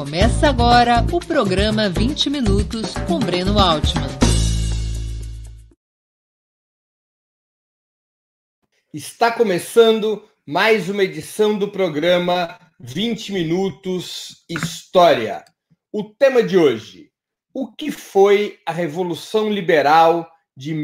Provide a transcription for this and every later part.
Começa agora o programa 20 Minutos com Breno Altman. Está começando mais uma edição do programa 20 Minutos História. O tema de hoje: o que foi a Revolução Liberal de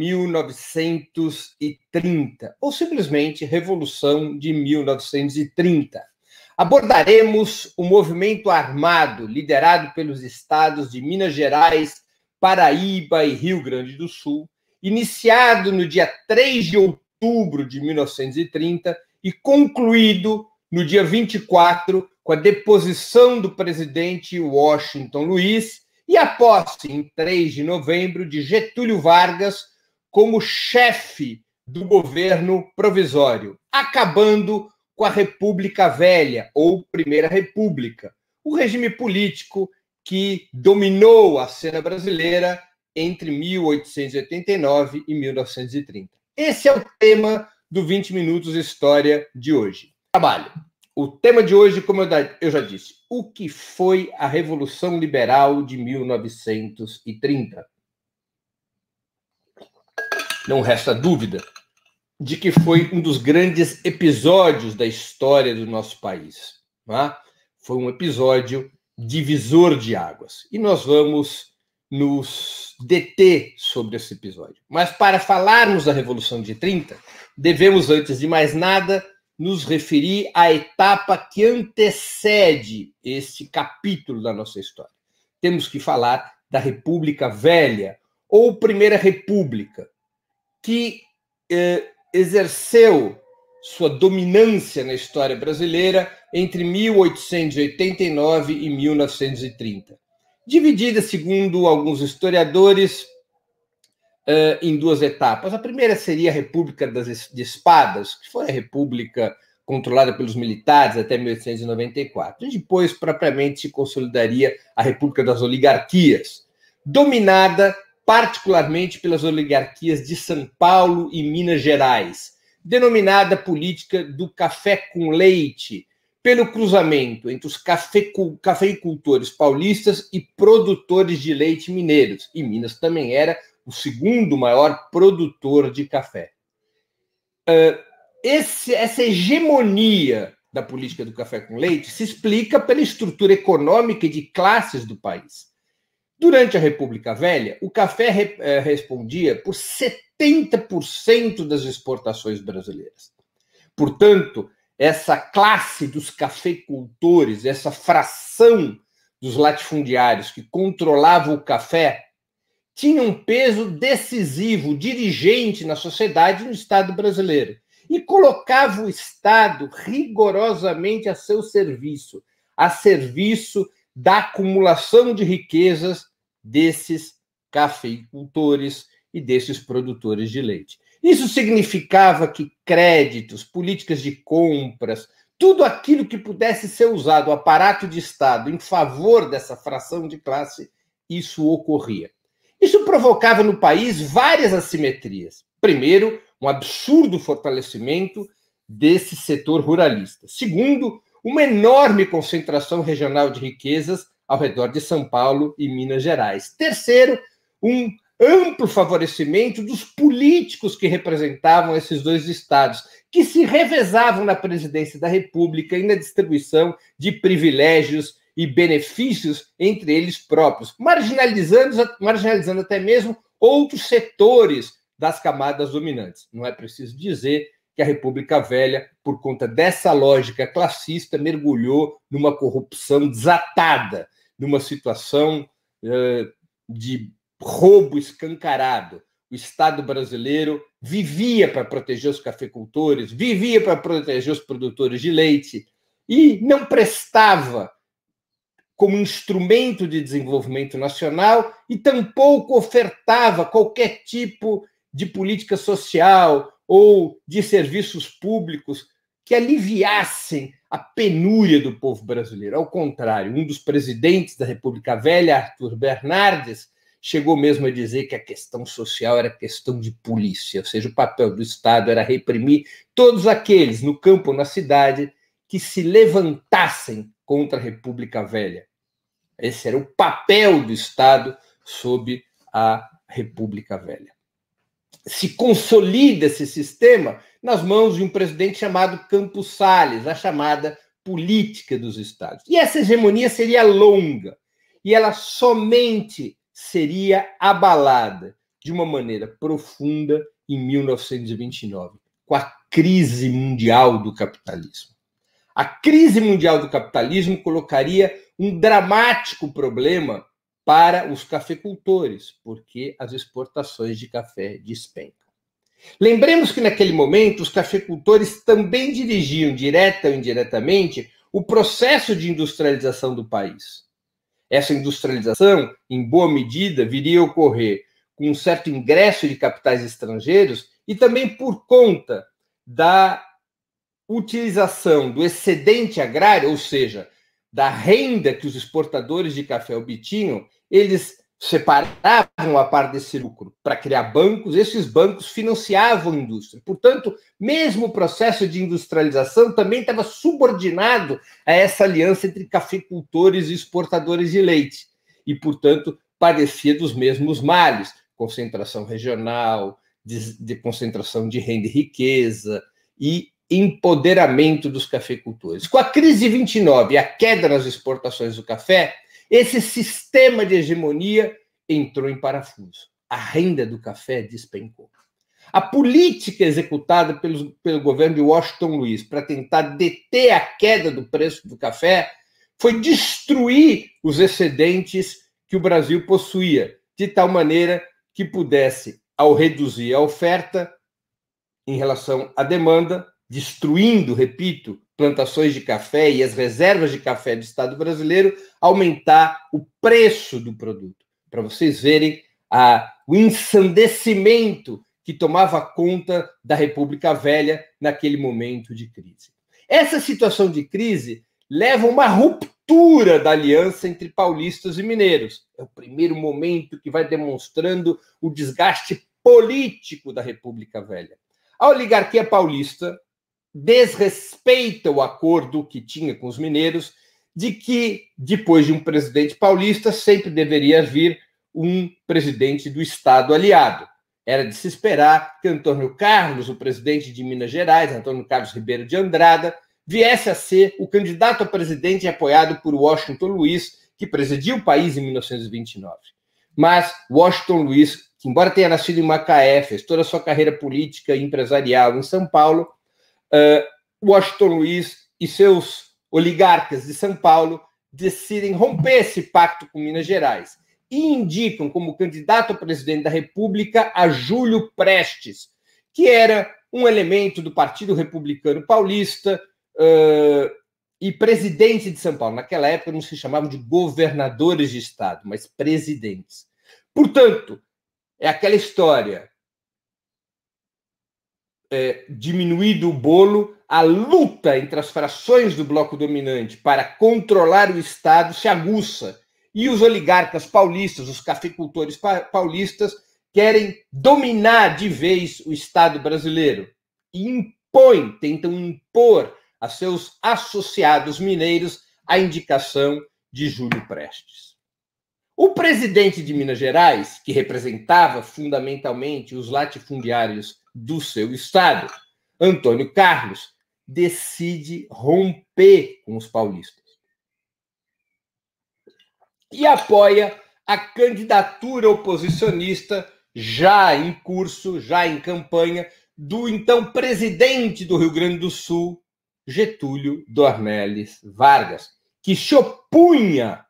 1930, ou simplesmente Revolução de 1930. Abordaremos o movimento armado liderado pelos estados de Minas Gerais, Paraíba e Rio Grande do Sul, iniciado no dia 3 de outubro de 1930 e concluído no dia 24 com a deposição do presidente Washington Luiz e a posse, em 3 de novembro, de Getúlio Vargas como chefe do governo provisório, acabando com a República Velha, ou Primeira República, o regime político que dominou a cena brasileira entre 1889 e 1930. Esse é o tema do 20 Minutos História de hoje. Trabalho. O tema de hoje, como eu já disse, o que foi a Revolução Liberal de 1930? Não resta dúvida de que foi um dos grandes episódios da história do nosso país. Não é? Foi um episódio divisor de águas. E nós vamos nos deter sobre esse episódio. Mas para falarmos da Revolução de 30, devemos, antes de mais nada, nos referir à etapa que antecede este capítulo da nossa história. Temos que falar da República Velha, ou Primeira República, que exerceu sua dominância na história brasileira entre 1889 e 1930. Dividida, segundo alguns historiadores, em duas etapas. A primeira seria a República de Espadas, que foi a república controlada pelos militares até 1894. E depois, propriamente, se consolidaria a República das Oligarquias, dominada particularmente pelas oligarquias de São Paulo e Minas Gerais, denominada política do café com leite, pelo cruzamento entre os cafeicultores paulistas e produtores de leite mineiros. E Minas também era o segundo maior produtor de café. Essa hegemonia da política do café com leite se explica pela estrutura econômica e de classes do país. Durante a República Velha, o café respondia por 70% das exportações brasileiras. Portanto, essa classe dos cafeicultores, essa fração dos latifundiários que controlava o café, tinha um peso decisivo, dirigente na sociedade e no Estado brasileiro, e colocava o Estado rigorosamente a seu serviço, a serviço da acumulação de riquezas desses cafeicultores e desses produtores de leite. Isso significava que créditos, políticas de compras, tudo aquilo que pudesse ser usado, o aparato de Estado, em favor dessa fração de classe, isso ocorria. Isso provocava no país várias assimetrias. Primeiro, um absurdo fortalecimento desse setor ruralista. Segundo, uma enorme concentração regional de riquezas ao redor de São Paulo e Minas Gerais. Terceiro, um amplo favorecimento dos políticos que representavam esses dois estados, que se revezavam na presidência da República e na distribuição de privilégios e benefícios entre eles próprios, marginalizando até mesmo outros setores das camadas dominantes. Não é preciso dizer que a República Velha, por conta dessa lógica classista, mergulhou numa corrupção desatada, numa situação de roubo escancarado. O Estado brasileiro vivia para proteger os cafeicultores, vivia para proteger os produtores de leite e não prestava como instrumento de desenvolvimento nacional e tampouco ofertava qualquer tipo de política social ou de serviços públicos que aliviassem a penúria do povo brasileiro. Ao contrário, um dos presidentes da República Velha, Arthur Bernardes, chegou mesmo a dizer que a questão social era questão de polícia, ou seja, o papel do Estado era reprimir todos aqueles, no campo ou na cidade, que se levantassem contra a República Velha. Esse era o papel do Estado sob a República Velha. Se consolida esse sistema nas mãos de um presidente chamado Campos Salles, a chamada política dos estados. E essa hegemonia seria longa, e ela somente seria abalada de uma maneira profunda em 1929, com a crise mundial do capitalismo. A crise mundial do capitalismo colocaria um dramático problema para os cafeicultores, porque as exportações de café despencam. Lembremos que, naquele momento, os cafeicultores também dirigiam, direta ou indiretamente, o processo de industrialização do país. Essa industrialização, em boa medida, viria a ocorrer com um certo ingresso de capitais estrangeiros e também por conta da utilização do excedente agrário, ou seja, da renda que os exportadores de café obtinham. Eles separavam a parte desse lucro para criar bancos, esses bancos financiavam a indústria. Portanto, mesmo o processo de industrialização também estava subordinado a essa aliança entre cafeicultores e exportadores de leite. E, portanto, padecia dos mesmos males: concentração regional, de concentração de renda e riqueza e empoderamento dos cafeicultores. Com a crise de 29 e a queda nas exportações do café, esse sistema de hegemonia entrou em parafuso. A renda do café despencou. A política executada pelo governo de Washington Luiz para tentar deter a queda do preço do café foi destruir os excedentes que o Brasil possuía, de tal maneira que pudesse, ao reduzir a oferta em relação à demanda, destruindo, repito, plantações de café e as reservas de café do Estado brasileiro, aumentar o preço do produto, para vocês verem o ensandecimento que tomava conta da República Velha naquele momento de crise. Essa situação de crise leva a uma ruptura da aliança entre paulistas e mineiros. É o primeiro momento que vai demonstrando o desgaste político da República Velha. A oligarquia paulista desrespeita o acordo que tinha com os mineiros de que, depois de um presidente paulista, sempre deveria vir um presidente do Estado aliado. Era de se esperar que Antônio Carlos, o presidente de Minas Gerais, Antônio Carlos Ribeiro de Andrada, viesse a ser o candidato a presidente apoiado por Washington Luiz, que presidiu o país em 1929. Mas Washington Luiz, que embora tenha nascido em Macaé, fez toda a sua carreira política e empresarial em São Paulo, Washington Luiz e seus oligarcas de São Paulo decidem romper esse pacto com Minas Gerais e indicam como candidato a presidente da República a Júlio Prestes, que era um elemento do Partido Republicano Paulista e presidente de São Paulo. Naquela época não se chamavam de governadores de estado, mas presidentes. Portanto, é aquela história: diminuído o bolo, a luta entre as frações do bloco dominante para controlar o Estado se aguça. E os oligarcas paulistas, os cafeicultores paulistas, querem dominar de vez o Estado brasileiro. E tentam impor a seus associados mineiros a indicação de Júlio Prestes. O presidente de Minas Gerais, que representava fundamentalmente os latifundiários do seu estado, Antônio Carlos, decide romper com os paulistas e apoia a candidatura oposicionista já em curso, já em campanha, do então presidente do Rio Grande do Sul, Getúlio Dornelles Vargas, que se opunha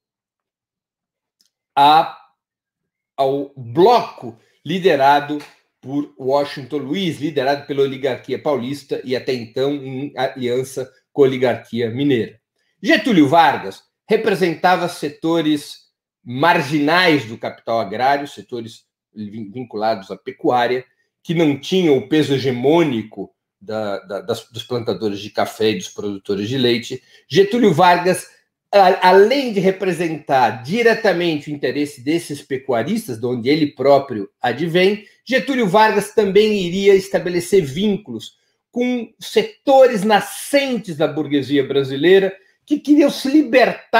ao bloco liderado por Washington Luiz, liderado pela oligarquia paulista e até então em aliança com a oligarquia mineira. Getúlio Vargas representava setores marginais do capital agrário, setores vinculados à pecuária, que não tinham o peso hegemônico dos plantadores de café e dos produtores de leite. Getúlio Vargas, além de representar diretamente o interesse desses pecuaristas, de onde ele próprio advém, Getúlio Vargas também iria estabelecer vínculos com setores nascentes da burguesia brasileira que queriam se libertar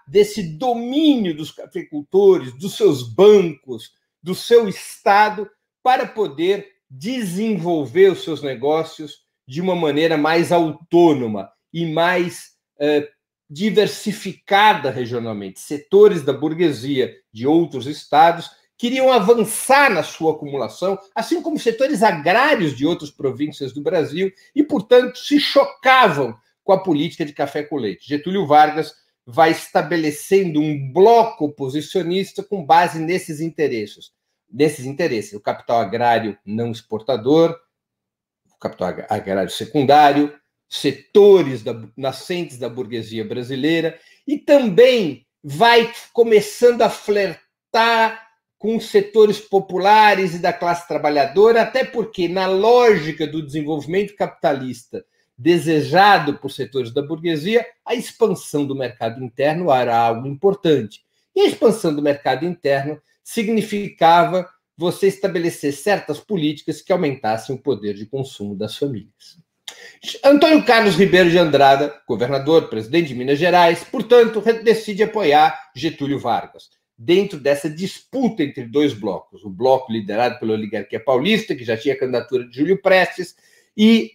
desse domínio dos cafeicultores, dos seus bancos, do seu Estado, para poder desenvolver os seus negócios de uma maneira mais autônoma e mais diversificada regionalmente. Setores da burguesia de outros estados queriam avançar na sua acumulação, assim como setores agrários de outras províncias do Brasil, e, portanto, se chocavam com a política de café com leite. Getúlio Vargas vai estabelecendo um bloco oposicionista com base nesses interesses. O capital agrário não exportador, o capital agrário secundário, setores nascentes da burguesia brasileira, e também vai começando a flertar com os setores populares e da classe trabalhadora, até porque, na lógica do desenvolvimento capitalista desejado por setores da burguesia, a expansão do mercado interno era algo importante. E a expansão do mercado interno significava você estabelecer certas políticas que aumentassem o poder de consumo das famílias. Antônio Carlos Ribeiro de Andrada, governador, presidente de Minas Gerais, portanto, decide apoiar Getúlio Vargas, dentro dessa disputa entre dois blocos, o bloco liderado pela oligarquia paulista, que já tinha a candidatura de Júlio Prestes, e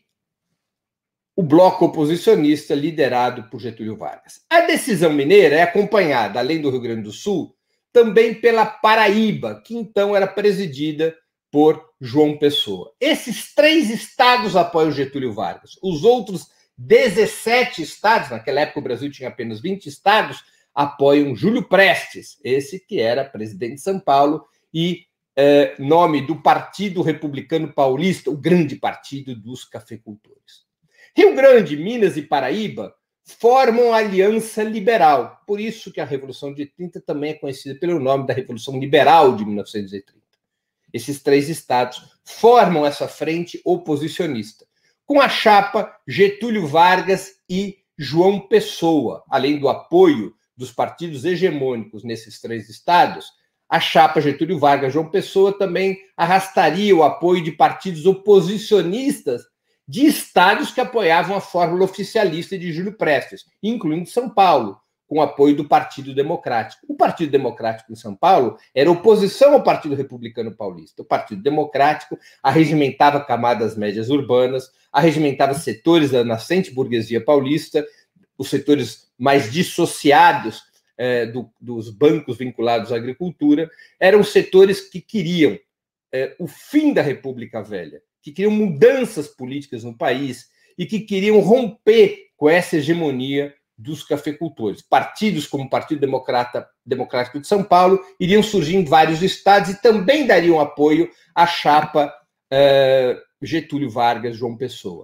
o bloco oposicionista liderado por Getúlio Vargas. A decisão mineira é acompanhada, além do Rio Grande do Sul, também pela Paraíba, que então era presidida por João Pessoa. Esses 3 estados apoiam Getúlio Vargas. Os outros 17 estados, naquela época o Brasil tinha apenas 20 estados, apoiam Júlio Prestes, esse que era presidente de São Paulo e nome do Partido Republicano Paulista, o grande partido dos cafeicultores. Rio Grande, Minas e Paraíba formam a Aliança Liberal. Por isso que a Revolução de 30 também é conhecida pelo nome da Revolução Liberal de 1930. Esses 3 estados formam essa frente oposicionista, com a chapa Getúlio Vargas e João Pessoa. Além do apoio dos partidos hegemônicos nesses 3 estados, a chapa Getúlio Vargas e João Pessoa também arrastaria o apoio de partidos oposicionistas de estados que apoiavam a fórmula oficialista de Júlio Prestes, incluindo São Paulo, com o apoio do Partido Democrático. O Partido Democrático em São Paulo era oposição ao Partido Republicano Paulista. O Partido Democrático arregimentava camadas médias urbanas, arregimentava setores da nascente burguesia paulista, os setores mais dissociados dos bancos vinculados à agricultura, eram setores que queriam o fim da República Velha, que queriam mudanças políticas no país e que queriam romper com essa hegemonia dos cafeicultores. Partidos como o Partido Democrático de São Paulo iriam surgir em vários estados e também dariam apoio à chapa Getúlio Vargas, João Pessoa.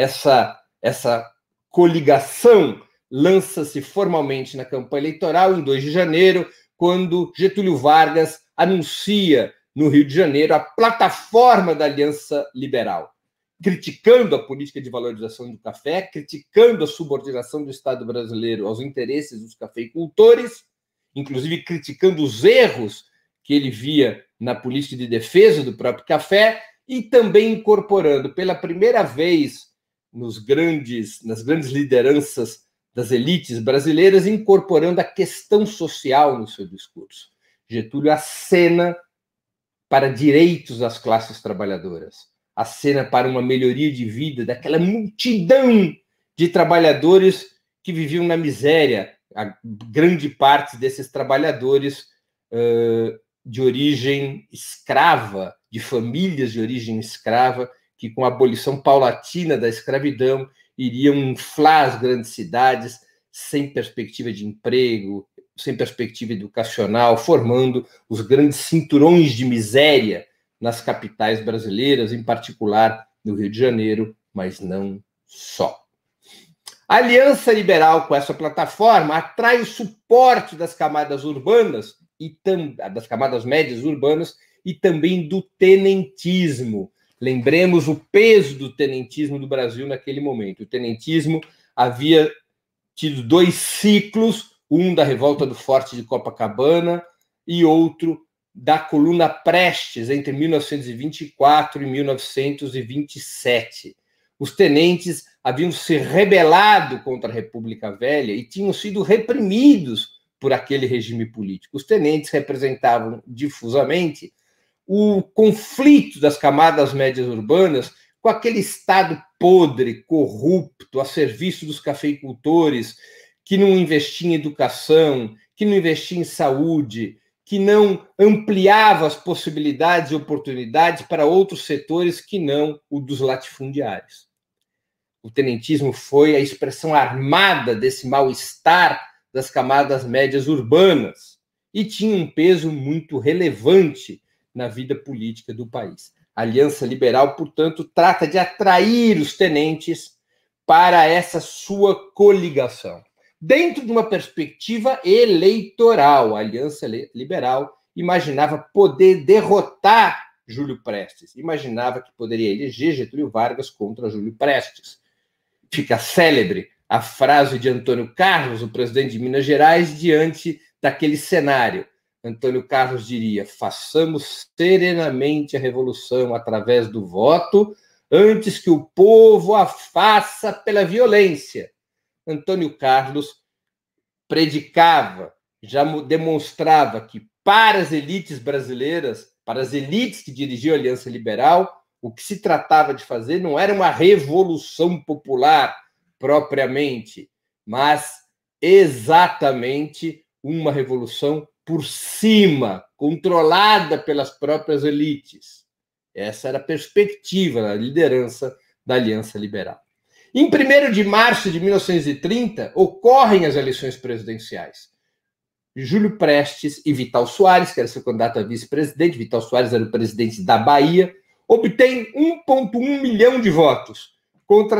Essa coligação lança-se formalmente na campanha eleitoral em 2 de janeiro, quando Getúlio Vargas anuncia no Rio de Janeiro a plataforma da Aliança Liberal, criticando a política de valorização do café, criticando a subordinação do Estado brasileiro aos interesses dos cafeicultores, inclusive criticando os erros que ele via na política de defesa do próprio café, e também incorporando pela primeira vez nas grandes lideranças das elites brasileiras, incorporando a questão social no seu discurso. Getúlio acena para direitos das classes trabalhadoras, acena para uma melhoria de vida daquela multidão de trabalhadores que viviam na miséria, a grande parte desses trabalhadores de origem escrava, de famílias de origem escrava, que com a abolição paulatina da escravidão iriam inflar as grandes cidades sem perspectiva de emprego, sem perspectiva educacional, formando os grandes cinturões de miséria nas capitais brasileiras, em particular no Rio de Janeiro, mas não só. A Aliança Liberal, com essa plataforma, atrai o suporte das camadas urbanas, das camadas médias urbanas, e também do tenentismo. Lembremos o peso do tenentismo do Brasil naquele momento. O tenentismo havia tido 2 ciclos, um da Revolta do Forte de Copacabana e outro da Coluna Prestes, entre 1924 e 1927. Os tenentes haviam se rebelado contra a República Velha e tinham sido reprimidos por aquele regime político. Os tenentes representavam difusamente o conflito das camadas médias urbanas com aquele Estado podre, corrupto, a serviço dos cafeicultores, que não investia em educação, que não investia em saúde, que não ampliava as possibilidades e oportunidades para outros setores que não o dos latifundiários. O tenentismo foi a expressão armada desse mal-estar das camadas médias urbanas e tinha um peso muito relevante na vida política do país. A Aliança Liberal, portanto, trata de atrair os tenentes para essa sua coligação. Dentro de uma perspectiva eleitoral, a Aliança Liberal imaginava poder derrotar Júlio Prestes, imaginava que poderia eleger Getúlio Vargas contra Júlio Prestes. Fica célebre a frase de Antônio Carlos, o presidente de Minas Gerais, diante daquele cenário. Antônio Carlos diria: façamos serenamente a revolução através do voto, antes que o povo a faça pela violência. Antônio Carlos predicava, já demonstrava que para as elites brasileiras, para as elites que dirigiam a Aliança Liberal, o que se tratava de fazer não era uma revolução popular propriamente, mas exatamente uma revolução por cima, controlada pelas próprias elites. Essa era a perspectiva da liderança da Aliança Liberal. Em 1º de março de 1930, ocorrem as eleições presidenciais. Júlio Prestes e Vital Soares, que era seu candidato a vice-presidente, Vital Soares era o presidente da Bahia, obtém 1,1 milhão de votos contra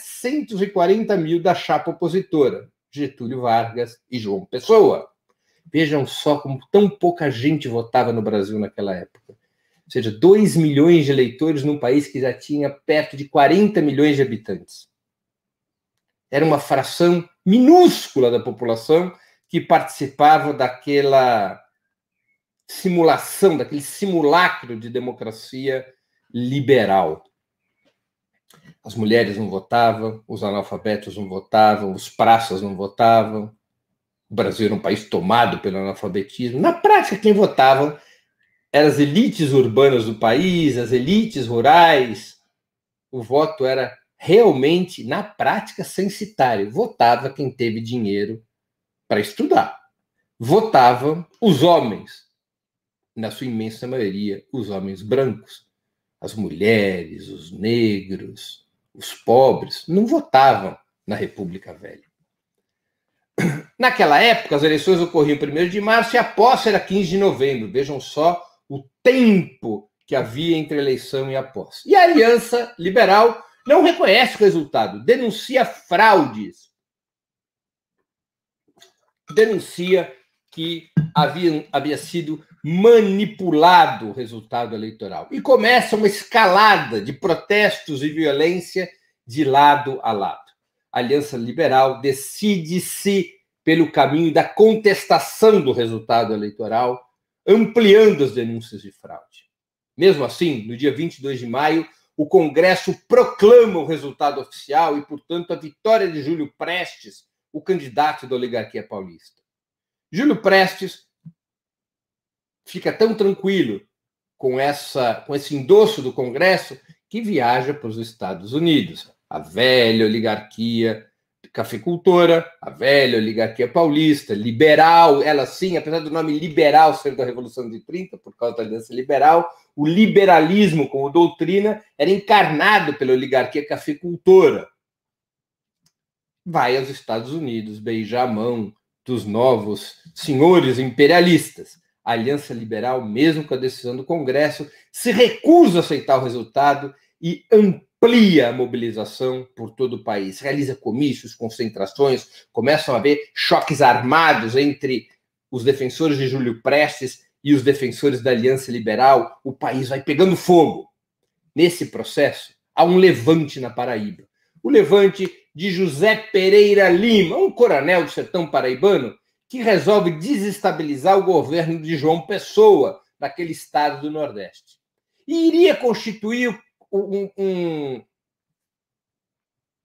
740 mil da chapa opositora, Getúlio Vargas e João Pessoa. Vejam só como tão pouca gente votava no Brasil naquela época. Ou seja, 2 milhões de eleitores num país que já tinha perto de 40 milhões de habitantes. Era uma fração minúscula da população que participava daquela simulação, daquele simulacro de democracia liberal. As mulheres não votavam, os analfabetos não votavam, os praças não votavam. O Brasil era um país tomado pelo analfabetismo. Na prática, quem votavam eram as elites urbanas do país, as elites rurais. O voto era realmente, na prática, censitário. Votava quem teve dinheiro para estudar. Votavam os homens, na sua imensa maioria, os homens brancos. As mulheres, os negros, os pobres, não votavam na República Velha. Naquela época, as eleições ocorriam 1º de março e a posse era 15 de novembro. Vejam só o tempo que havia entre a eleição e a posse. E a Aliança Liberal não reconhece o resultado, denuncia fraudes. Denuncia que havia sido manipulado o resultado eleitoral. E começa uma escalada de protestos e violência de lado a lado. A Aliança Liberal decide-se pelo caminho da contestação do resultado eleitoral, ampliando as denúncias de fraude. Mesmo assim, no dia 22 de maio, o Congresso proclama o resultado oficial e, portanto, a vitória de Júlio Prestes, o candidato da oligarquia paulista. Júlio Prestes fica tão tranquilo com esse endosso do Congresso que viaja para os Estados Unidos. A velha oligarquia cafeicultora, a velha oligarquia paulista, liberal, ela sim, apesar do nome liberal ser da Revolução de 30, por causa da Aliança Liberal, o liberalismo como doutrina era encarnado pela oligarquia cafeicultora. Vai aos Estados Unidos beijar a mão dos novos senhores imperialistas. A Aliança Liberal, mesmo com a decisão do Congresso, se recusa a aceitar o resultado e amplia a mobilização por todo o país. Realiza comícios, concentrações, começam a haver choques armados entre os defensores de Júlio Prestes e os defensores da Aliança Liberal. O país vai pegando fogo. Nesse processo, há um levante na Paraíba. O levante de José Pereira Lima, um coronel do sertão paraibano, que resolve desestabilizar o governo de João Pessoa, daquele estado do Nordeste. E iria constituir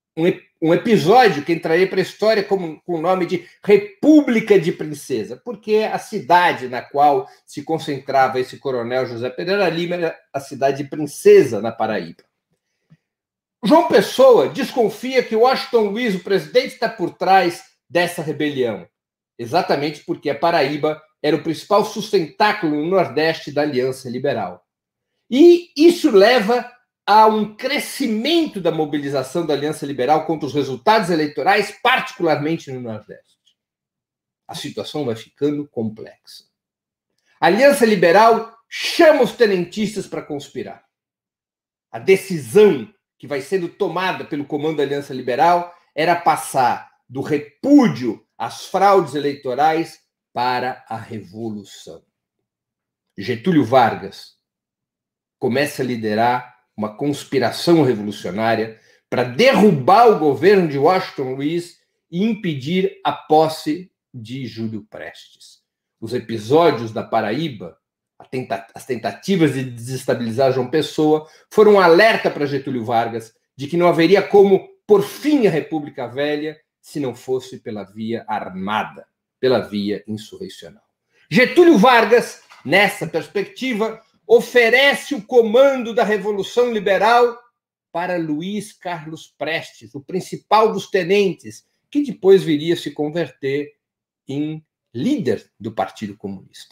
um episódio que entraria para a história com o nome de República de Princesa, porque a cidade na qual se concentrava esse coronel José Pereira Lima era a cidade de Princesa, na Paraíba. João Pessoa desconfia que Washington Luiz, o presidente, está por trás dessa rebelião, exatamente porque a Paraíba era o principal sustentáculo no Nordeste da Aliança Liberal. E isso leva a um crescimento da mobilização da Aliança Liberal contra os resultados eleitorais, particularmente no Nordeste. A situação vai ficando complexa. A Aliança Liberal chama os tenentistas para conspirar. A decisão que vai sendo tomada pelo comando da Aliança Liberal era passar do repúdio às fraudes eleitorais para a revolução. Getúlio Vargas começa a liderar uma conspiração revolucionária para derrubar o governo de Washington Luiz e impedir a posse de Júlio Prestes. Os episódios da Paraíba, as tentativas de desestabilizar João Pessoa, foram um alerta para Getúlio Vargas de que não haveria como pôr fim à República Velha se não fosse pela via armada, pela via insurrecional. Getúlio Vargas, nessa perspectiva, oferece o comando da Revolução Liberal para Luiz Carlos Prestes, o principal dos tenentes, que depois viria a se converter em líder do Partido Comunista.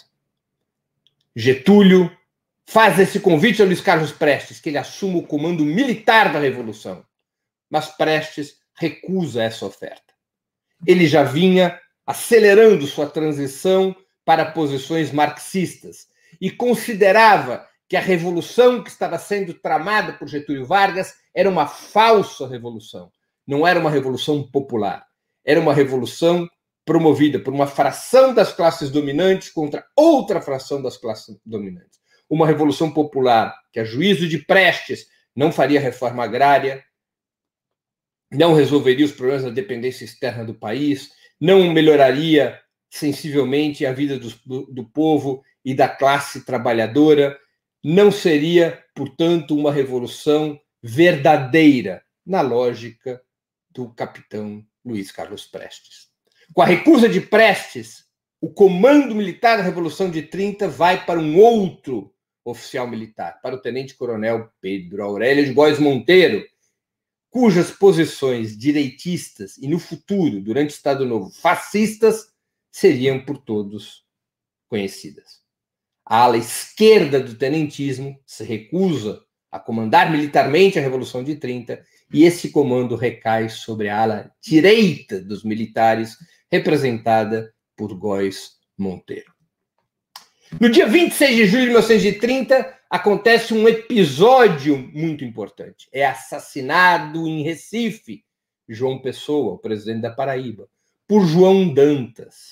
Getúlio faz esse convite a Luiz Carlos Prestes, que ele assuma o comando militar da Revolução, mas Prestes recusa essa oferta. Ele já vinha acelerando sua transição para posições marxistas e considerava que a revolução que estava sendo tramada por Getúlio Vargas era uma falsa revolução. Não era uma revolução popular. Era uma revolução promovida por uma fração das classes dominantes contra outra fração das classes dominantes. Uma revolução popular que, a juízo de Prestes, não faria reforma agrária, não resolveria os problemas da dependência externa do país, não melhoraria sensivelmente a vida do povo e da classe trabalhadora, não seria, portanto, uma revolução verdadeira, na lógica do capitão Luiz Carlos Prestes. Com a recusa de Prestes, o comando militar da Revolução de 30 vai para um outro oficial militar, para o tenente-coronel Pedro Aurélio de Góes Monteiro, cujas posições direitistas e, no futuro, durante o Estado Novo, fascistas, seriam por todos conhecidas. A ala esquerda do tenentismo se recusa a comandar militarmente a Revolução de 30 e esse comando recai sobre a ala direita dos militares, representada por Góes Monteiro. No dia 26 de julho de 1930, acontece um episódio muito importante. É assassinado em Recife João Pessoa, o presidente da Paraíba, por João Dantas.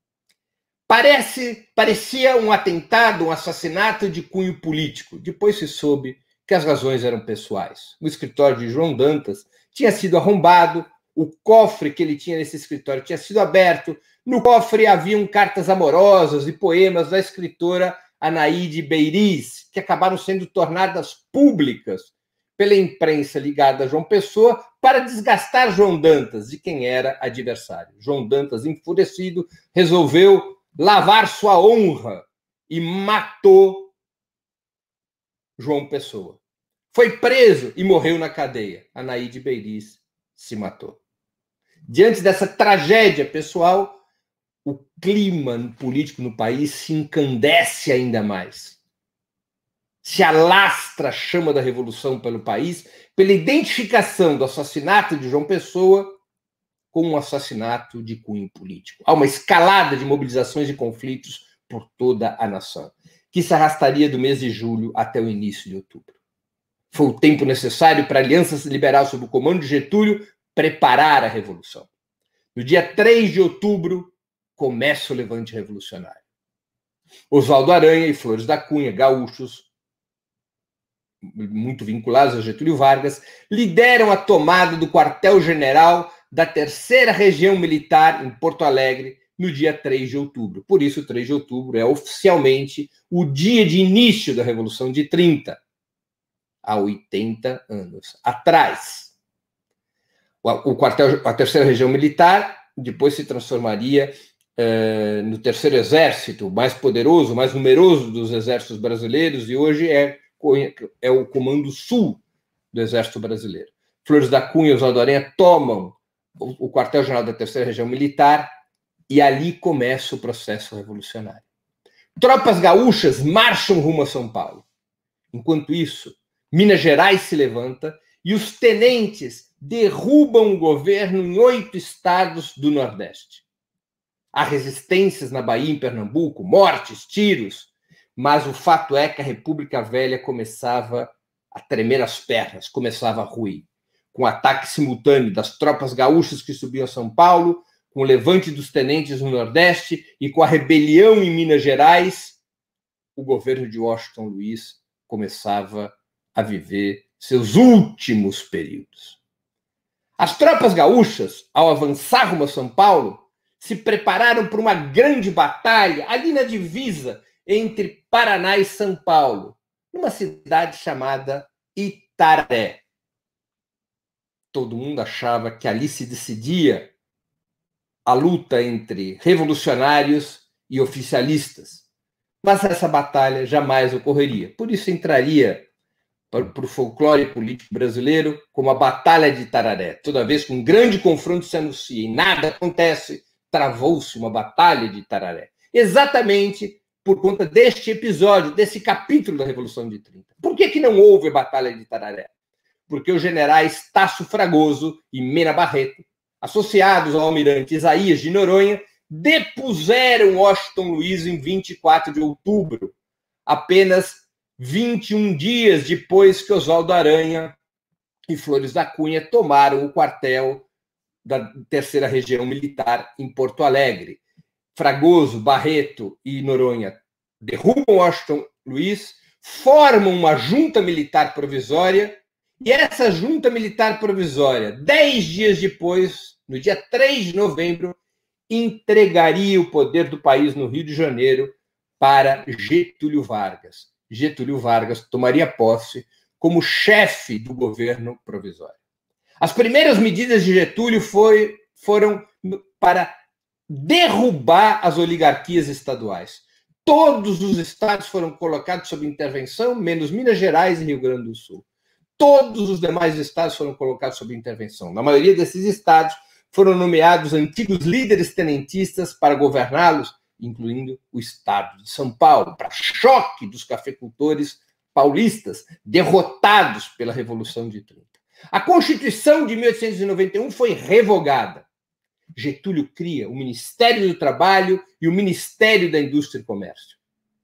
Parecia um atentado, um assassinato de cunho político. Depois se soube que as razões eram pessoais. O escritório de João Dantas tinha sido arrombado, o cofre que ele tinha nesse escritório tinha sido aberto. No cofre haviam cartas amorosas e poemas da escritora Anaíde Beiriz, que acabaram sendo tornadas públicas pela imprensa ligada a João Pessoa para desgastar João Dantas, de quem era adversário. João Dantas, enfurecido, resolveu lavar sua honra e matou João Pessoa. Foi preso e morreu na cadeia. Anaíde Beiriz se matou. Diante dessa tragédia pessoal, o clima político no país se encandece ainda mais. Se alastra a chama da revolução pelo país pela identificação do assassinato de João Pessoa com um assassinato de cunho político. Há uma escalada de mobilizações e conflitos por toda a nação, que se arrastaria do mês de julho até o início de outubro. Foi o tempo necessário para a Aliança Liberal sob o comando de Getúlio preparar a revolução. No dia 3 de outubro, começa o levante revolucionário. Oswaldo Aranha e Flores da Cunha, gaúchos, muito vinculados a Getúlio Vargas, lideram a tomada do quartel-general da 3ª Região Militar em Porto Alegre no dia 3 de outubro. Por isso, 3 de outubro é oficialmente o dia de início da Revolução de 30, há 80 anos atrás. O quartel, a terceira região militar, depois se transformaria no terceiro exército, mais poderoso, mais numeroso dos exércitos brasileiros, e hoje é o Comando Sul do Exército Brasileiro. Flores da Cunha e Oswaldo Aranha tomam o quartel-general da terceira região militar e ali começa o processo revolucionário. Tropas gaúchas marcham rumo a São Paulo. Enquanto isso, Minas Gerais se levanta e os tenentes derrubam o governo em 8 estados do Nordeste. Há resistências na Bahia e em Pernambuco, mortes, tiros, mas o fato é que a República Velha começava a tremer as pernas, começava a ruir. Com o ataque simultâneo das tropas gaúchas que subiam a São Paulo, com o levante dos tenentes no Nordeste e com a rebelião em Minas Gerais, o governo de Washington Luiz começava a viver seus últimos períodos. As tropas gaúchas, ao avançar rumo a São Paulo, se prepararam para uma grande batalha ali na divisa entre Paraná e São Paulo, numa cidade chamada Itararé. Todo mundo achava que ali se decidia a luta entre revolucionários e oficialistas. Mas essa batalha jamais ocorreria. Por isso entraria para o folclore político brasileiro como a Batalha de Itararé. Toda vez que um grande confronto se anuncia e nada acontece, travou-se uma Batalha de Itararé. Exatamente por conta deste episódio, desse capítulo da Revolução de 30. Por que não houve a Batalha de Itararé? Porque os generais Tasso Fragoso e Mena Barreto, associados ao almirante Isaías de Noronha, depuseram Washington Luiz em 24 de outubro, apenas 21 dias depois que Oswaldo Aranha e Flores da Cunha tomaram o quartel da terceira região militar em Porto Alegre. Fragoso, Barreto e Noronha derrubam Washington Luiz, formam uma junta militar provisória, e essa junta militar provisória, 10 dias depois, no dia 3 de novembro, entregaria o poder do país no Rio de Janeiro para Getúlio Vargas. Getúlio Vargas tomaria posse como chefe do governo provisório. As primeiras medidas de Getúlio foram para derrubar as oligarquias estaduais. Todos os estados foram colocados sob intervenção, menos Minas Gerais e Rio Grande do Sul. Todos os demais estados foram colocados sob intervenção. Na maioria desses estados foram nomeados antigos líderes tenentistas para governá-los, incluindo o estado de São Paulo, para choque dos cafeicultores paulistas derrotados pela Revolução de 30. A Constituição de 1891 foi revogada. Getúlio cria o Ministério do Trabalho e o Ministério da Indústria e Comércio.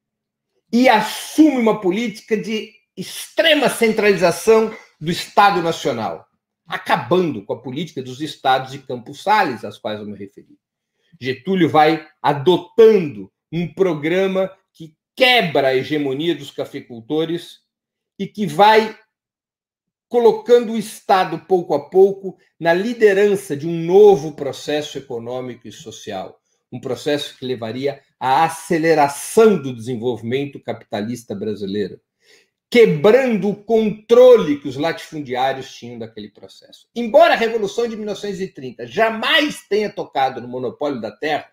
E assume uma política de extrema centralização do Estado Nacional, acabando com a política dos estados de Campos Salles, às quais eu me referi. Getúlio vai adotando um programa que quebra a hegemonia dos cafeicultores e que vai colocando o Estado, pouco a pouco, na liderança de um novo processo econômico e social, um processo que levaria à aceleração do desenvolvimento capitalista brasileiro, quebrando o controle que os latifundiários tinham daquele processo. Embora a Revolução de 1930 jamais tenha tocado no monopólio da terra,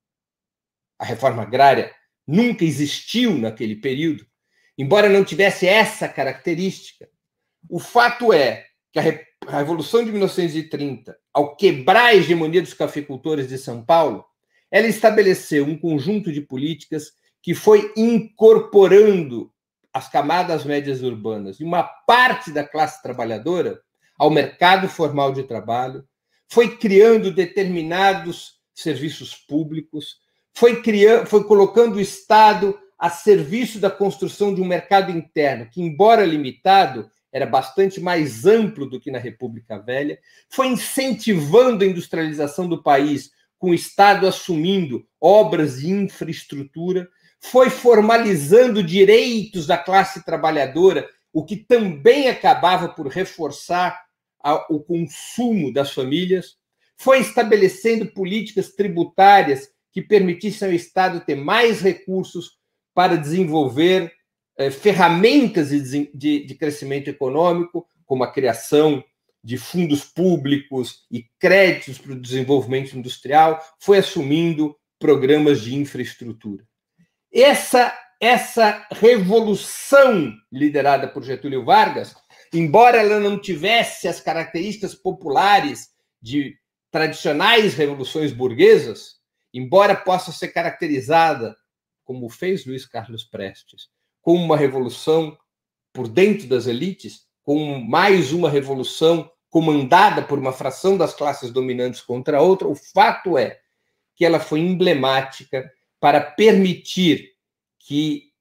a reforma agrária nunca existiu naquele período, embora não tivesse essa característica, o fato é que a Revolução de 1930, ao quebrar a hegemonia dos cafeicultores de São Paulo, ela estabeleceu um conjunto de políticas que foi incorporando as camadas médias urbanas e uma parte da classe trabalhadora ao mercado formal de trabalho, foi criando determinados serviços públicos, foi colocando o Estado a serviço da construção de um mercado interno que, embora limitado, era bastante mais amplo do que na República Velha, foi incentivando a industrialização do país, com o Estado assumindo obras de infraestrutura, foi formalizando direitos da classe trabalhadora, o que também acabava por reforçar o consumo das famílias, foi estabelecendo políticas tributárias que permitissem ao Estado ter mais recursos para desenvolver ferramentas de crescimento econômico, como a criação de fundos públicos e créditos para o desenvolvimento industrial, foi assumindo programas de infraestrutura. Essa revolução liderada por Getúlio Vargas, embora ela não tivesse as características populares de tradicionais revoluções burguesas, embora possa ser caracterizada, como fez Luiz Carlos Prestes, como uma revolução por dentro das elites, como mais uma revolução comandada por uma fração das classes dominantes contra a outra, o fato é que ela foi emblemática para permitir que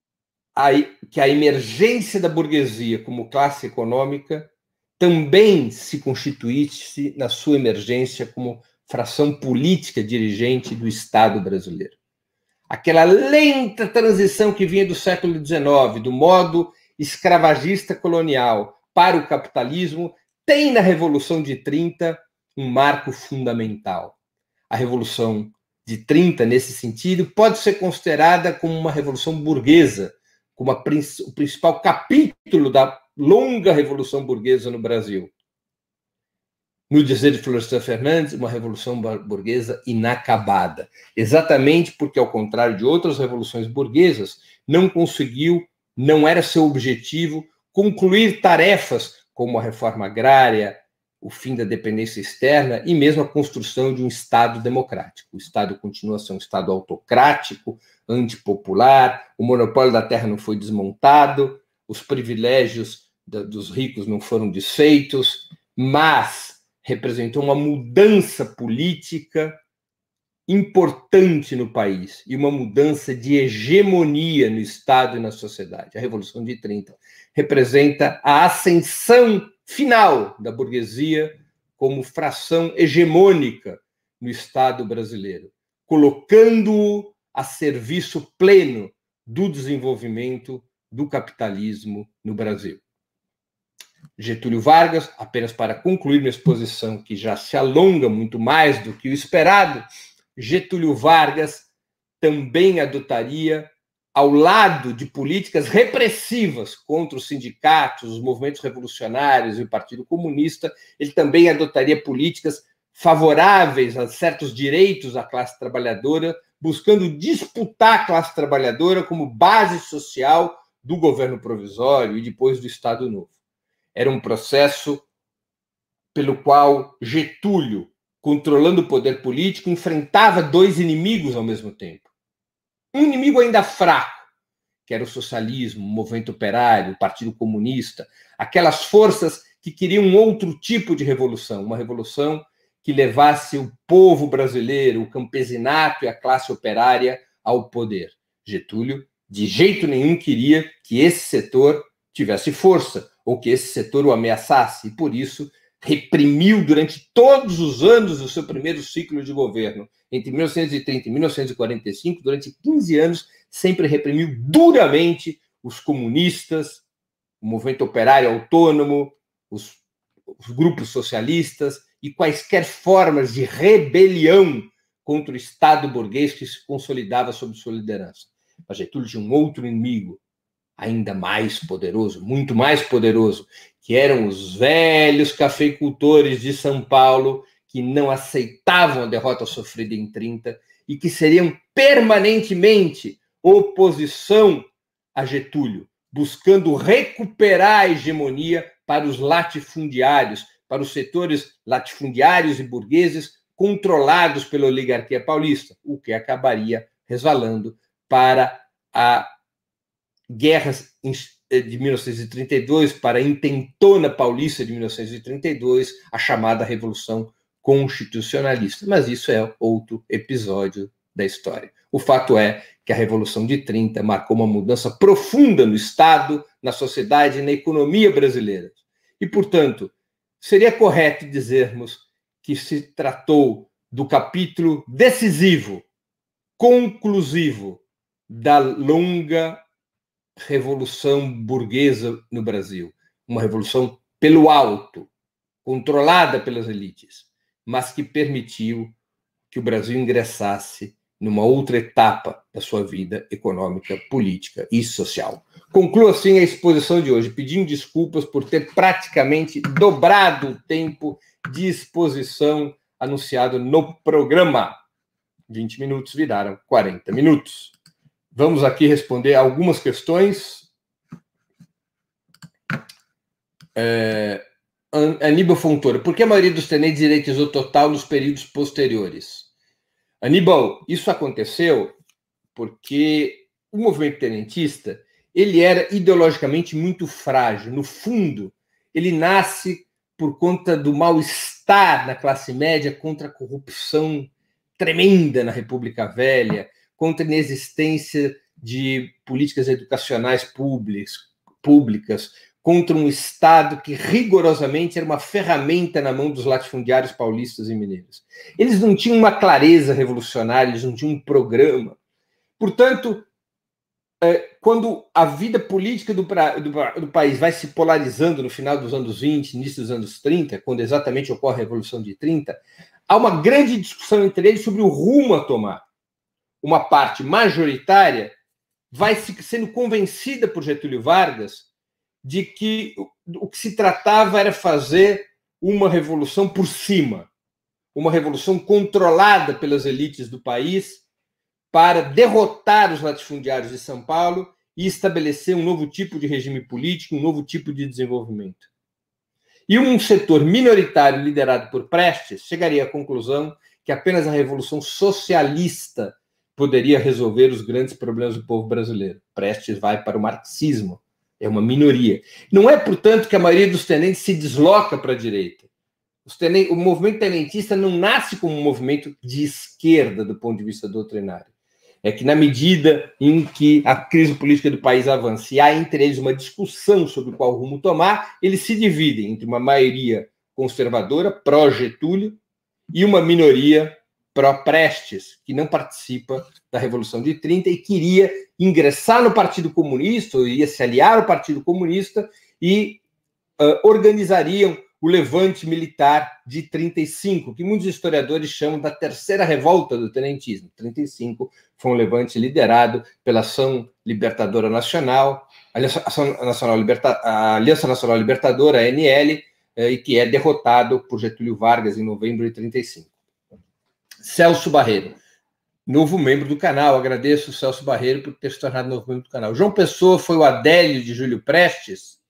a emergência da burguesia como classe econômica também se constituísse na sua emergência como fração política dirigente do Estado brasileiro. Aquela lenta transição que vinha do século XIX, do modo escravagista colonial para o capitalismo, tem na Revolução de 30 um marco fundamental. A Revolução de 30, nesse sentido, pode ser considerada como uma revolução burguesa, como o principal capítulo da longa Revolução Burguesa no Brasil. No dizer de Florestan Fernandes, uma revolução burguesa inacabada. Exatamente porque, ao contrário de outras revoluções burguesas, não conseguiu, não era seu objetivo, concluir tarefas como a reforma agrária, o fim da dependência externa e mesmo a construção de um Estado democrático. O Estado continua a ser um Estado autocrático, antipopular, o monopólio da terra não foi desmontado, os privilégios dos ricos não foram desfeitos, mas representou uma mudança política importante no país e uma mudança de hegemonia no Estado e na sociedade. A Revolução de 30 representa a ascensão final da burguesia como fração hegemônica no Estado brasileiro, colocando-o a serviço pleno do desenvolvimento do capitalismo no Brasil. Getúlio Vargas, apenas para concluir minha exposição, que já se alonga muito mais do que o esperado, Getúlio Vargas também adotaria, ao lado de políticas repressivas contra os sindicatos, os movimentos revolucionários e o Partido Comunista, ele também adotaria políticas favoráveis a certos direitos à classe trabalhadora, buscando disputar a classe trabalhadora como base social do governo provisório e depois do Estado Novo. Era um processo pelo qual Getúlio, controlando o poder político, enfrentava dois inimigos ao mesmo tempo. Um inimigo ainda fraco, que era o socialismo, o movimento operário, o Partido Comunista, aquelas forças que queriam um outro tipo de revolução, uma revolução que levasse o povo brasileiro, o campesinato e a classe operária ao poder. Getúlio, de jeito nenhum, queria que esse setor tivesse força, ou que esse setor o ameaçasse, e por isso reprimiu durante todos os anos do seu primeiro ciclo de governo, entre 1930 e 1945, durante 15 anos, sempre reprimiu duramente os comunistas, o movimento operário autônomo, os grupos socialistas e quaisquer formas de rebelião contra o Estado burguês que se consolidava sob sua liderança. Mas Getúlio tinha um outro inimigo, ainda mais poderoso, muito mais poderoso, que eram os velhos cafeicultores de São Paulo, que não aceitavam a derrota sofrida em 30 e que seriam permanentemente oposição a Getúlio, buscando recuperar a hegemonia para os latifundiários, para os setores latifundiários e burgueses controlados pela oligarquia paulista, o que acabaria resvalando para a guerra de 1932, para a intentona paulista de 1932, a chamada Revolução Constitucionalista. Mas isso é outro episódio da história. O fato é que a Revolução de 30 marcou uma mudança profunda no Estado, na sociedade e na economia brasileira. E, portanto, seria correto dizermos que se tratou do capítulo decisivo, conclusivo, da longa revolução burguesa no Brasil. Uma revolução pelo alto, controlada pelas elites, mas que permitiu que o Brasil ingressasse numa outra etapa da sua vida econômica, política e social. Concluo assim a exposição de hoje, pedindo desculpas por ter praticamente dobrado o tempo de exposição anunciado no programa. 20 minutos viraram 40 minutos. Vamos aqui responder algumas questões. Aníbal Fontoura, por que a maioria dos tenentes direitizou total nos períodos posteriores? Aníbal, isso aconteceu porque o movimento tenentista ele era ideologicamente muito frágil. No fundo, ele nasce por conta do mal-estar na classe média contra a corrupção tremenda na República Velha, contra a inexistência de políticas educacionais públicas, contra um Estado que rigorosamente era uma ferramenta na mão dos latifundiários paulistas e mineiros. Eles não tinham uma clareza revolucionária, eles não tinham um programa. Portanto, quando a vida política do país vai se polarizando no final dos anos 20, início dos anos 30, quando exatamente ocorre a Revolução de 30, há uma grande discussão entre eles sobre o rumo a tomar. Uma parte majoritária vai sendo convencida por Getúlio Vargas de que o que se tratava era fazer uma revolução por cima, uma revolução controlada pelas elites do país para derrotar os latifundiários de São Paulo e estabelecer um novo tipo de regime político, um novo tipo de desenvolvimento. E um setor minoritário liderado por Prestes chegaria à conclusão que apenas a revolução socialista poderia resolver os grandes problemas do povo brasileiro. Prestes vai para o marxismo, é uma minoria. Não é, portanto, que a maioria dos tenentes se desloca para a direita. O movimento tenentista não nasce como um movimento de esquerda do ponto de vista doutrinário. É que, na medida em que a crise política do país avança e há entre eles uma discussão sobre qual rumo tomar, eles se dividem entre uma maioria conservadora, pró-Getúlio, e uma minoria pró-Prestes, que não participa da Revolução de 30 e queria ingressar no Partido Comunista, ou ia se aliar ao Partido Comunista, e organizariam o levante militar de 35, que muitos historiadores chamam da terceira revolta do tenentismo. 35 foi um levante liderado pela Ação Libertadora Nacional, a Aliança Nacional Libertadora, a ANL, e que é derrotado por Getúlio Vargas em novembro de 35. Celso Barreiro, novo membro do canal. Agradeço o Celso Barreiro por ter se tornado novo membro do canal. João Pessoa foi o Adélio de Júlio Prestes?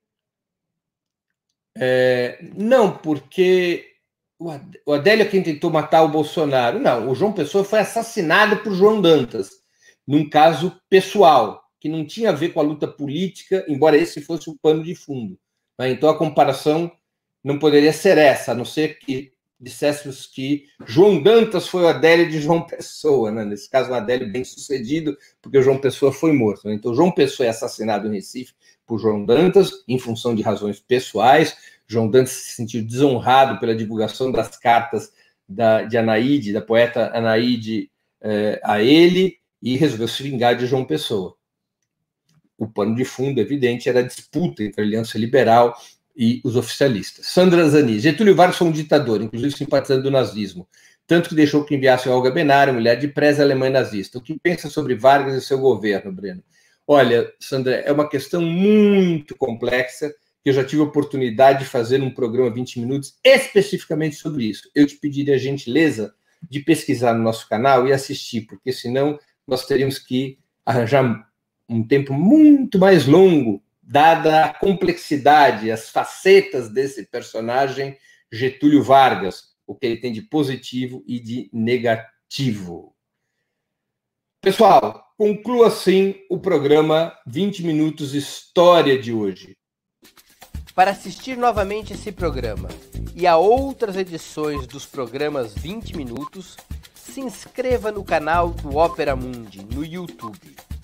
Não, porque o Adélio é quem tentou matar o Bolsonaro. Não, o João Pessoa foi assassinado por João Dantas, num caso pessoal, que não tinha a ver com a luta política, embora esse fosse o pano de fundo. Então a comparação não poderia ser essa, a não ser que disséssemos que João Dantas foi o Adélio de João Pessoa, né? Nesse caso, um Adélio bem sucedido, porque o João Pessoa foi morto. Né? Então, João Pessoa é assassinado em Recife por João Dantas, em função de razões pessoais. João Dantas se sentiu desonrado pela divulgação das cartas de Anaíde, da poeta Anaíde, a ele, e resolveu se vingar de João Pessoa. O pano de fundo, evidente, era a disputa entre a Aliança Liberal e os oficialistas. Sandra Zani, Getúlio Vargas foi um ditador, inclusive simpatizante do nazismo, tanto que deixou que enviasse Olga Benário, mulher de presa alemã nazista. O que pensa sobre Vargas e seu governo, Breno? Olha, Sandra, é uma questão muito complexa, que eu já tive a oportunidade de fazer um programa 20 minutos especificamente sobre isso. Eu te pediria a gentileza de pesquisar no nosso canal e assistir, porque senão nós teríamos que arranjar um tempo muito mais longo, dada a complexidade, as facetas desse personagem Getúlio Vargas, o que ele tem de positivo e de negativo. Pessoal, concluo assim o programa 20 Minutos História de hoje. Para assistir novamente esse programa e a outras edições dos programas 20 Minutos, se inscreva no canal do Ópera Mundi no YouTube.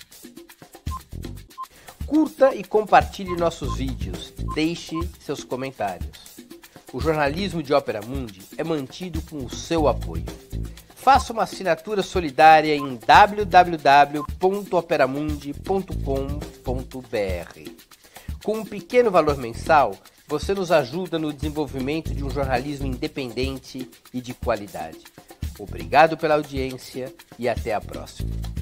Curta e compartilhe nossos vídeos, deixe seus comentários. O jornalismo de Ópera Mundi é mantido com o seu apoio. Faça uma assinatura solidária em www.operamundi.com.br. Com um pequeno valor mensal, você nos ajuda no desenvolvimento de um jornalismo independente e de qualidade. Obrigado pela audiência e até a próxima.